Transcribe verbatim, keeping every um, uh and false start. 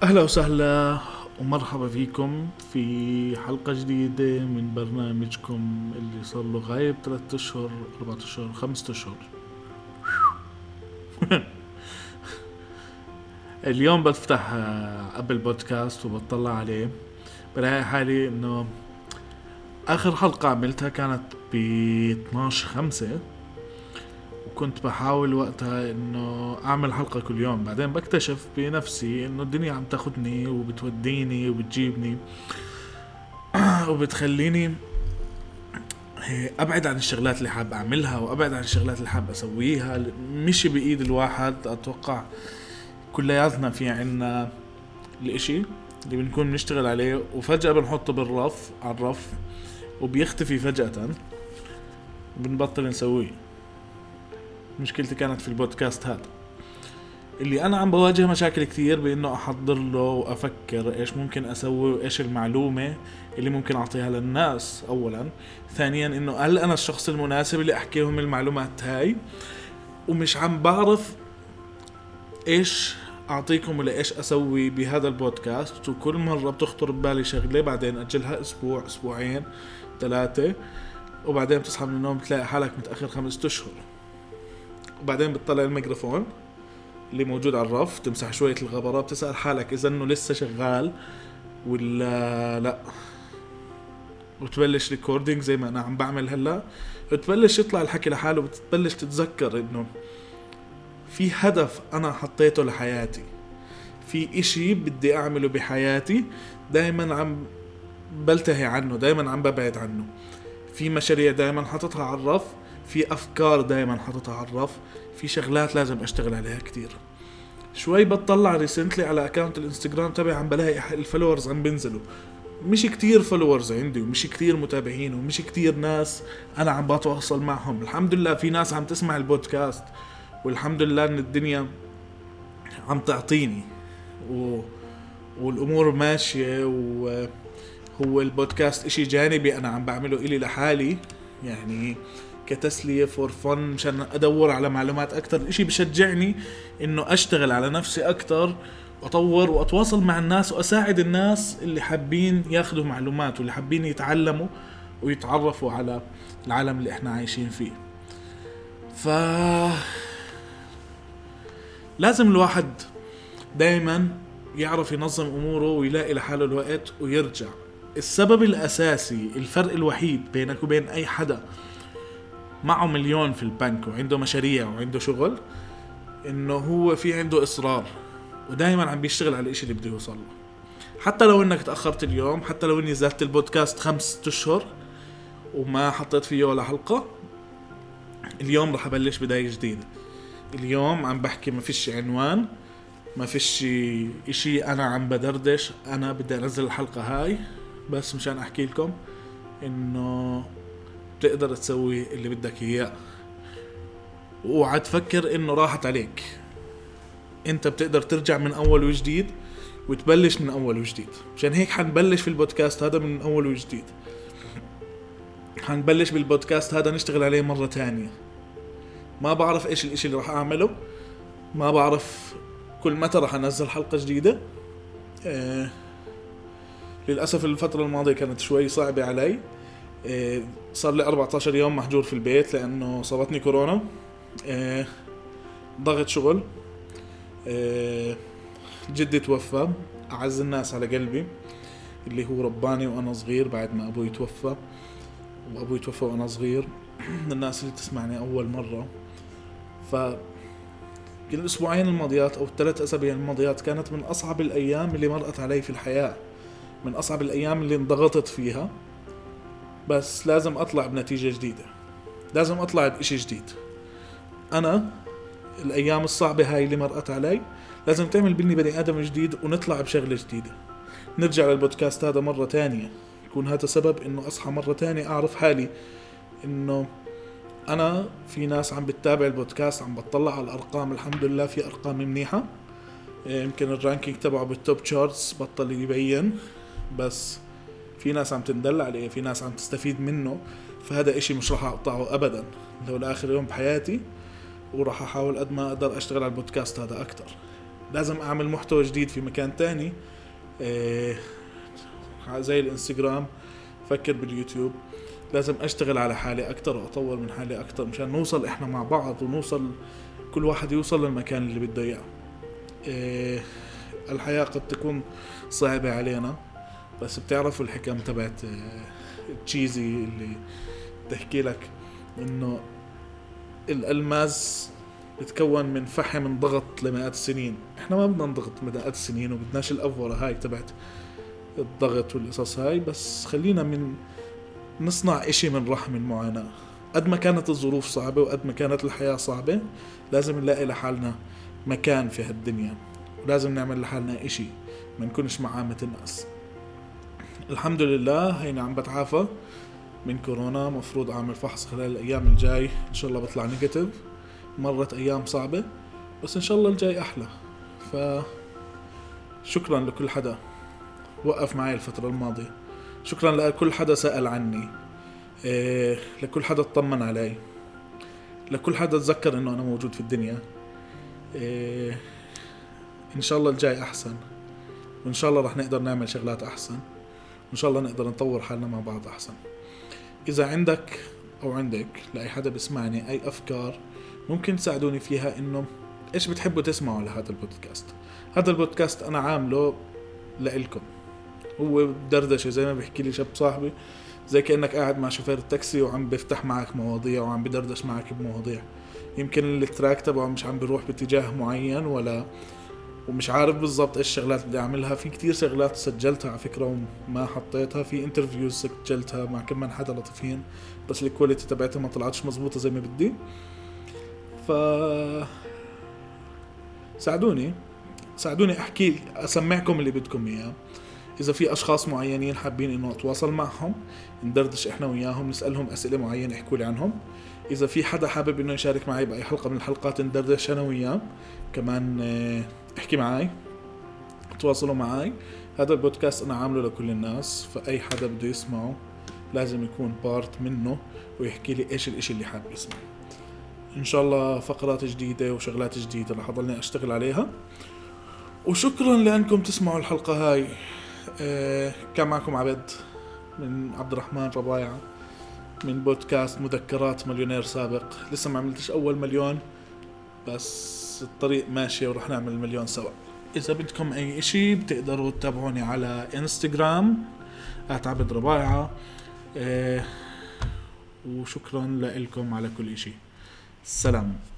أهلا وسهلا ومرحبا فيكم في حلقة جديدة من برنامجكم اللي صار له غايب ثلاثة أشهر أربعة أشهر خمسة أشهر. اليوم بفتح أبل بودكاست وبطلع عليه بلاقي حالي إنه آخر حلقة عملتها كانت ب اثناشر خمسة، وكنت بحاول وقتها انه اعمل حلقة كل يوم. بعدين بكتشف بنفسي انه الدنيا عم تاخدني وبتوديني وبتجيبني وبتخليني ابعد عن الشغلات اللي حاب اعملها وابعد عن الشغلات اللي حاب اسويها. مش بايد الواحد. اتوقع كلياتنا في عنا الاشي اللي بنكون نشتغل عليه وفجأة بنحطه بالرف على الرف وبيختفي فجأة بنبطل نسويه. مشكلتي كانت في البودكاست هذا اللي أنا عم بواجه مشاكل كتير بإنه أحضر له وأفكر إيش ممكن أسوي وإيش المعلومة اللي ممكن أعطيها للناس. أولا، ثانيا إنه هل أنا الشخص المناسب اللي أحكي لهم المعلومات هاي، ومش عم بعرف إيش أعطيكم ولا إيش أسوي بهذا البودكاست. وكل مرة بتخطر ببالي شغلة بعدين أجلها أسبوع أسبوعين ثلاثة، وبعدين بتصحى من النوم بتلاقي حالك متأخر خمسة أشهر. وبعدين بتطلع الميكروفون اللي موجود على الرف تمسح شوية الغبرة، بتسأل حالك إذا إنه لسه شغال ولا لا، وتبلش ريكوردينج زي ما أنا عم بعمل هلا، وتبلش يطلع الحكي لحاله، وتبلش تتذكر إنه في هدف أنا حطيته لحياتي، في إشي بدي أعمله بحياتي دايما عم بلتهي عنه، دايما عم ببعد عنه، في مشاريع دايما حطتها على الرف، في أفكار دايما حطتها على الرف، في شغلات لازم أشتغل عليها كتير. شوي بتطلع ريسنتلي على أكاونت الانستغرام تبعي عم بلاقي الفولورز عم بنزلوا، مش كتير فولورز عندي ومش كتير متابعين ومش كتير ناس أنا عم بتواصل معهم. الحمد لله في ناس عم تسمع البودكاست، والحمد لله إن الدنيا عم تعطيني و... والأمور ماشية. وهو البودكاست إشي جانبي أنا عم بعمله إلي لحالي، يعني كتسلية فور فن، مشان أدور على معلومات أكتر. إشي بشجعني إنه أشتغل على نفسي أكتر وأطور وأتواصل مع الناس وأساعد الناس اللي حابين ياخدوا معلومات واللي حابين يتعلموا ويتعرفوا على العالم اللي إحنا عايشين فيه. ف لازم الواحد دايما يعرف ينظم أموره ويلاقي لحاله الوقت ويرجع. السبب الأساسي، الفرق الوحيد بينك وبين أي حدا معه مليون في البنك وعنده مشاريع وعنده شغل، انه هو في عنده اصرار ودايما عم بيشتغل على الاشي اللي بده يوصل له. حتى لو انك تأخرت اليوم، حتى لو اني نزلت البودكاست خمسة اشهر وما حطيت فيه ولا حلقة، اليوم رح ابلش بداية جديدة. اليوم عم بحكي، ما فيش عنوان، ما فيش اشي، انا عم بدردش، انا بدي انزل الحلقة هاي بس مشان احكي لكم انه تقدر تسوي اللي بدك اياه، وعد تفكر انه راحت عليك. انت بتقدر ترجع من اول وجديد وتبلش من اول وجديد. عشان هيك حنبلش في البودكاست هذا من اول وجديد. حنبلش بالبودكاست هذا نشتغل عليه مرة تانية. ما بعرف ايش الاشي اللي راح اعمله، ما بعرف كل متى راح انزل حلقة جديدة. آه للأسف الفترة الماضية كانت شوي صعبة علي. آه صار لي أربعة عشر يوم محجور في البيت لأنه صابتني كورونا. آه ضغط شغل. آه جدي توفى، أعز الناس على قلبي، اللي هو رباني وأنا صغير بعد ما أبوي توفى. وأبوي توفى وأنا صغير. من الناس اللي تسمعني أول مرة، ف الأسبوعين الماضيات أو الثلاث أسابيع الماضيات كانت من أصعب الأيام اللي مرقت علي في الحياة، من أصعب الأيام اللي انضغطت فيها. بس لازم أطلع بنتيجة جديدة، لازم أطلع بإشي جديد. أنا الأيام الصعبة هاي اللي مرقت علي لازم تعمل بني بني آدم جديد ونطلع بشغلة جديدة. نرجع للبودكاست هذا مرة تانية، يكون هذا سبب إنه أصحى مرة تانية أعرف حالي إنه أنا في ناس عم بتتابع البودكاست، عم بتطلع على الأرقام، الحمد لله في أرقام منيحة. يمكن الرانكينج تبعه بالتوب تشارتس بطل يبين، بس في ناس عم تندل عليه، في ناس عم تستفيد منه. فهذا إشي مش راح أقطعه أبدا لو لآخر يوم بحياتي، وراح أحاول قد ما أقدر أشتغل على البودكاست هذا أكتر. لازم اعمل محتوى جديد في مكان تاني آه زي الانستغرام، فكر باليوتيوب. لازم اشتغل على حالي اكتر واطور من حالي اكتر مشان نوصل احنا مع بعض، ونوصل كل واحد يوصل للمكان اللي بده اياه. إيه الحياة قد تكون صعبة علينا، بس بتعرفوا الحكم تبعت تشيزي اللي تحكي لك انه الالماس بتكون من فحم انضغط لمئات السنين. احنا ما بدنا نضغط مئات السنين وبدناش الافورة هاي تبعت الضغط والقصص هاي، بس خلينا من نصنع اشي من رحم المعاناة. قد ما كانت الظروف صعبة وقد ما كانت الحياة صعبة، لازم نلاقي لحالنا مكان في هالدنيا، ولازم نعمل لحالنا اشي، ما نكونش معامة الناس. الحمد لله هيني عم بتعافى من كورونا. مفروض اعمل فحص خلال الايام الجاي، ان شاء الله بطلع نيجاتيف. مرت ايام صعبة بس ان شاء الله الجاي احلى. فشكرا لكل حدا وقف معي الفترة الماضية، شكرا لكل حدا سأل عني، إيه لكل حدا اطمن علي، لكل حدا تذكر انه انا موجود في الدنيا. إيه ان شاء الله الجاي احسن، وان شاء الله رح نقدر نعمل شغلات احسن، وان شاء الله نقدر نطور حالنا مع بعض احسن. اذا عندك او عندك لاي حدا بسمعني اي افكار ممكن تساعدوني فيها، انه ايش بتحبوا تسمعوا لهذا البودكاست. هذا البودكاست انا عامله لإلكم، هو دردشة زي ما بيحكي لي شاب صاحبي، زي كأنك قاعد مع شوفير التاكسي وعم بيفتح معك مواضيع وعم بدردش معك بمواضيع. يمكن التراك تبعه مش عم بيروح باتجاه معين ولا ومش عارف بالضبط ايش الشغلات اللي اعملها. في كتير شغلات سجلتها على فكرة وما حطيتها، في انترفيوز سجلتها مع كم من حدا لطيفين، بس الكواليتي تبعتها ما طلعتش مزبوطة زي ما بدي. ف ساعدوني ساعدوني احكي اسمعكم اللي بدكم اياه. إذا في أشخاص معينين حابين إنه أتواصل معهم، ندردش إحنا وياهم، نسألهم أسئلة معينة يحكوا لي عنهم. إذا في حدا حابب إنه يشارك معي بأي حلقة من الحلقات، ندردش أنا وياه كمان، احكي معي، تواصلوا معي. هذا البودكاست أنا عامله لكل الناس، فأي حدا بده يسمعه لازم يكون بارت منه ويحكي لي إيش الإشي اللي حاب يسمعه. إن شاء الله فقرات جديدة وشغلات جديدة رح أضلني أشتغل عليها. وشكرا لأنكم تسمعوا الحلقة هاي. آه كان معكم عبد من عبد الرحمن ربايعة من بودكاست مذكرات مليونير سابق. لسه ما عملتش أول مليون، بس الطريق ماشي ورح نعمل المليون سوا. إذا بدكم أي إشي بتقدروا تتابعوني على إنستغرام @عبد ربايعة. آه وشكرا لكم على كل إشي. السلام.